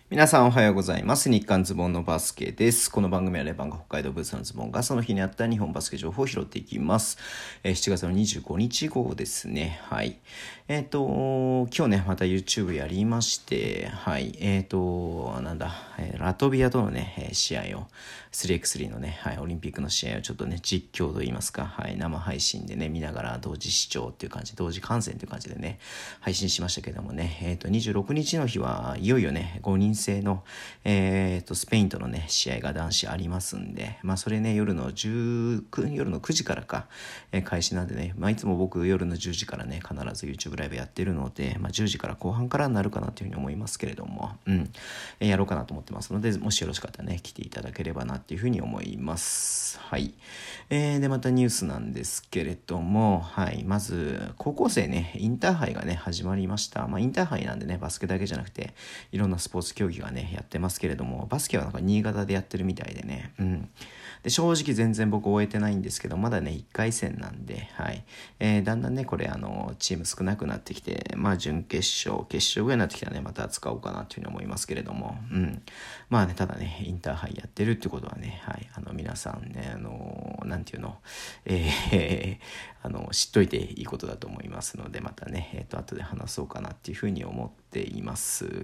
皆さんおはようございます。日刊ズボンのバスケです。この番組はレバンが北海道ブースのズボンがその日にあった日本バスケ情報を拾っていきます。7月の25日号ですね。はい。今日ね、また YouTube やりまして、はい。ラトビアとのね、試合を、3x3 のね、はい、オリンピックの試合をちょっとね、実況といいますか、はい、生配信でね、見ながら同時視聴っていう感じ、同時観戦っていう感じでね、配信しましたけどもね、26日の日はいよいよね、5人制の、スペインとのね、試合が男子ありますんで、まあそれね、夜の9時からか、開始なんでね、まあいつも僕夜の10時からね、必ず YouTube ライブやってるので、まあ10時から後半からになるかなというふうに思いますけれども、やろうかなと思ってますので、もしよろしかったらね、来ていただければなっていうふうに思います。はい。で、またニュースなんですけれども、はい。まず、高校生ね、インターハイがね、始まりました。まあ、インターハイなんでね、バスケだけじゃなくて、いろんなスポーツ競技がね、やってますけれども、バスケはなんか新潟でやってるみたいでね、で、正直全然僕終えてないんですけど、まだね、1回戦なんで、はい。だんだんね、これ、チーム少なくなってきて、まあ、準決勝、決勝ぐらいになってきたらね、また扱おうかなというふうに思いますけれども、まあね、ただね、インターハイやってるってことはね、はい、皆さんね、なんていうの、知っといていいことだと思いますので、またね、後で話そうかなっていうふうに思っています。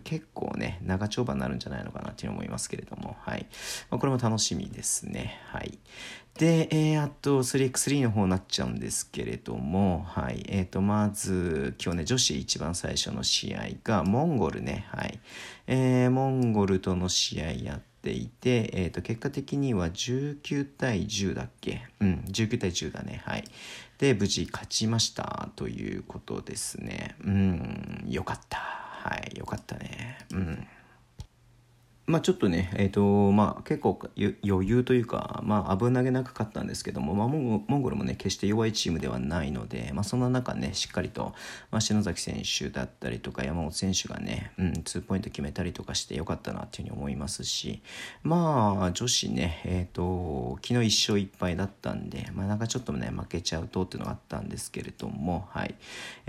結構ね、長丁場になるんじゃないのかなっていうふうに思いますけれども、はい。まあ、これも楽しみですね。はい。で、あと 3x3 の方になっちゃうんですけれども、はい。まず、今日ね、女子一番最初の試合が、モンゴルね、はい。モンゴルとの試合やっていて、結果的には19対10だっけ19対10だね。はい。で、無事勝ちましたということですね。よかった。はい、よかったね。まあちょっとね、まあ結構余裕というか、まあ危なげなく勝ったんですけども、まあモンゴルもね、決して弱いチームではないので、まあそんな中ね、しっかりと、まあ篠崎選手だったりとか山本選手がね、2ポイント決めたりとかしてよかったなっていうふうに思いますし、まあ女子ね、昨日1勝1敗だったんで、まあなんかちょっとね、負けちゃうとっていうのがあったんですけれども、はい。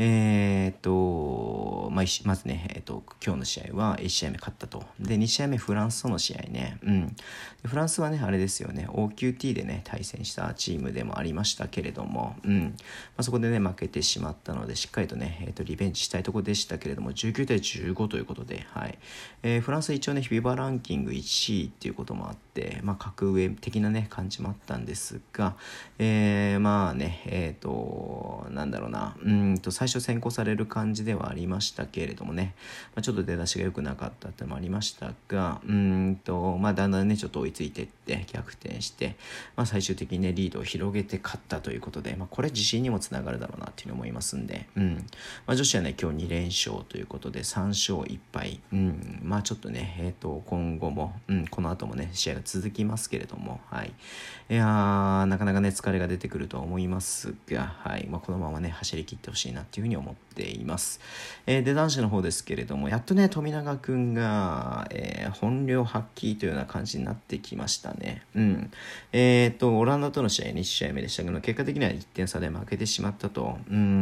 まずね、今日の試合は1試合目勝ったと。で、2試合目フランスとの試合ね。フランスはね、あれですよね、OQT でね、対戦したチームでもありましたけれども、そこでね、負けてしまったので、しっかりとね、リベンジしたいところでしたけれども、19対15ということで、はい。フランス一応ね、フィバランキング1位っていうこともあって、まあ、格上的なね、感じもあったんですが、まあね、なんだろうな、最初先行される感じではありましたけれどもね、まあ、ちょっと出だしが良くなかったってのもありましたが、まあ、だんだんね、ちょっと追いついていって逆転して、まあ、最終的にね、リードを広げて勝ったということで、まあ、これ自信にもつながるだろうなっていうふうに思いますんで、まあ、女子はね、今日2連勝ということで、3勝1敗、まあ、ちょっとね、今後も、この後もね、試合が続きますけれども、はい。いやー、なかなかね、疲れが出てくるとは思いますが、はい。まあ、このままね、走り切ってほしいなっていうふうに思っています。で、男子の方ですけれども、やっとね、富永くんが、本領発揮というような感じになってきましたね。オランダとの試合2試合目でしたけど、結果的には1点差で負けてしまったと。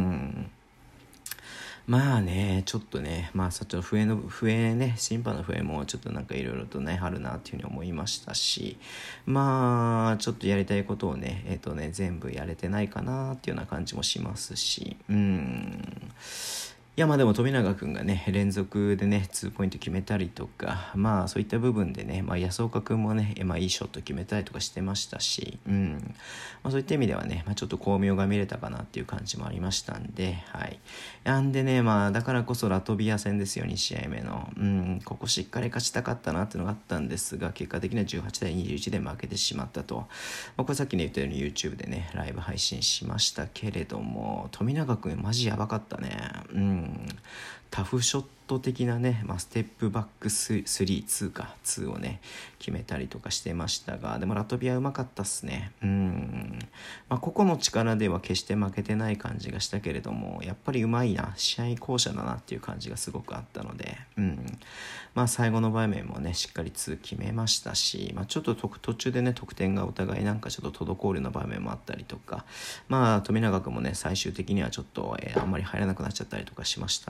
まあね、ちょっとね、まあ、ちょっと笛ね、審判の笛もちょっとなんかいろいろとね、あるなっていうふうに思いましたし、まあ、ちょっとやりたいことをね、全部やれてないかなっていうような感じもしますし、いやまあでも富永君がね連続でね2ポイント決めたりとか、まあそういった部分でね、まあ、安岡君もね、まあ、いいショット決めたりとかしてましたし、まあ、そういった意味ではね、まあ、ちょっと巧妙が見れたかなっていう感じもありましたんで、はい。なんでね、まあだからこそラトビア戦ですよ、2試合目の。ここしっかり勝ちたかったなっていうのがあったんですが、結果的には18対21で負けてしまったと。まあ、これさっきね言ったように YouTube でね、ライブ配信しましたけれども、富永君マジやばかったね。タフショット的なね、まあ、ステップバック3、2をね、決めたりとかしてましたが、でもラトビアうまかったっすね。まあ、個々の力では決して負けてない感じがしたけれども、やっぱりうまいな、試合巧者だなっていう感じがすごくあったので、まあ最後の場面もね、しっかり2決めましたし、まあちょっと途中でね、得点がお互いなんかちょっと滞るような場面もあったりとか、まあ富永君もね、最終的にはちょっと、あんまり入らなくなっちゃったりとかしましたんで、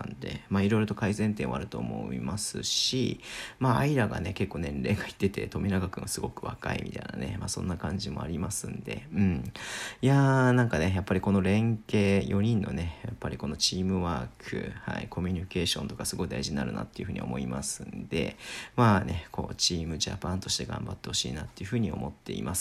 いろいろと改善点はあると思いますし、アイラがね、結構年齢がいってて、富永君はすごく若いみたいなね、そんな感じもありますんで、いやー、なんかね、やっぱりこの連携、4人のね、やっぱりこのチームワーク、コミュニケーションとかすごい大事になるなっていうふうに思いますんで、こう、チームジャパンとして頑張ってほしいなっていうふうに思っています。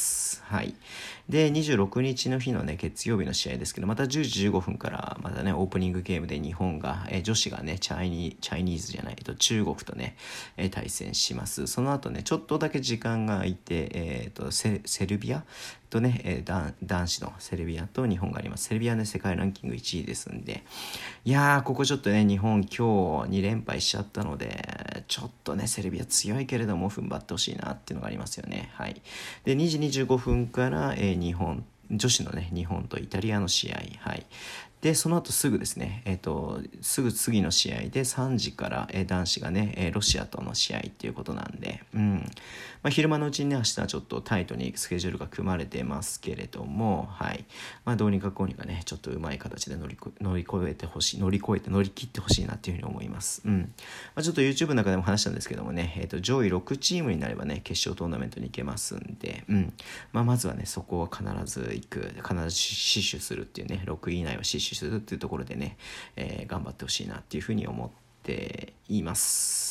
はい。で、26日の日のね、月曜日の試合ですけど、また10時15分からまたね、オープニングゲームで日本が、女子がね、チャイニーズじゃない、中国とね、対戦します。その後ね、ちょっとだけ時間が空いて、セルビアとね、男子のセルビアと日本があります。セルビアね、世界ランキング1位ですんで、いやー、ここちょっとね、日本今日2連敗しちゃったので、ちょっとね、セルビア強いけれども踏ん張ってほしいなっていうのがありますよね。はい。で、2時25分から、女子のね、日本とイタリアの試合。はい。で、その後すぐですね、すぐ次の試合で3時から、男子がね、ロシアとの試合っていうことなんで、昼間のうちにね、明日はちょっとタイトにスケジュールが組まれてますけれども、はい。どうにかこうにかね、ちょっとうまい形で乗り切ってほしいなっていうふうに思います。ちょっと YouTube の中でも話したんですけどもね、上位6チームになればね、決勝トーナメントに行けますんで、まずはね、そこは必ず死守するっていうね、6位以内は死守するっていうところでね、頑張ってほしいなっていうふうに思っています。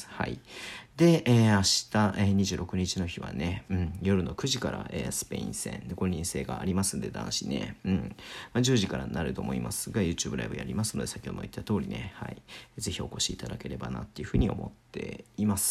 はい。で、明日、26日の日はね、夜の9時から、スペイン戦で5人制がありますんで、男子ね、10時からになると思いますが、YouTube ライブやりますので、先ほども言った通りね、はい、ぜひお越しいただければなっていうふうに思っています。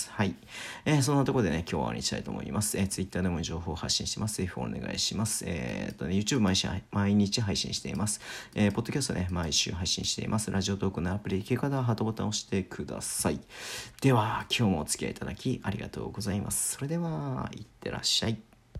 はい。そんなところでね、今日は終わりにしたいと思います。Twitter でも情報を発信してます。ぜひお願いします。YouTube 毎日配信しています。ポッドキャストね、毎週配信しています。ラジオトークのアプリ、聞き方はハートボタンを押してください。では、今日もお付き合いいただきありがとうございます。それでは、いってらっしゃい。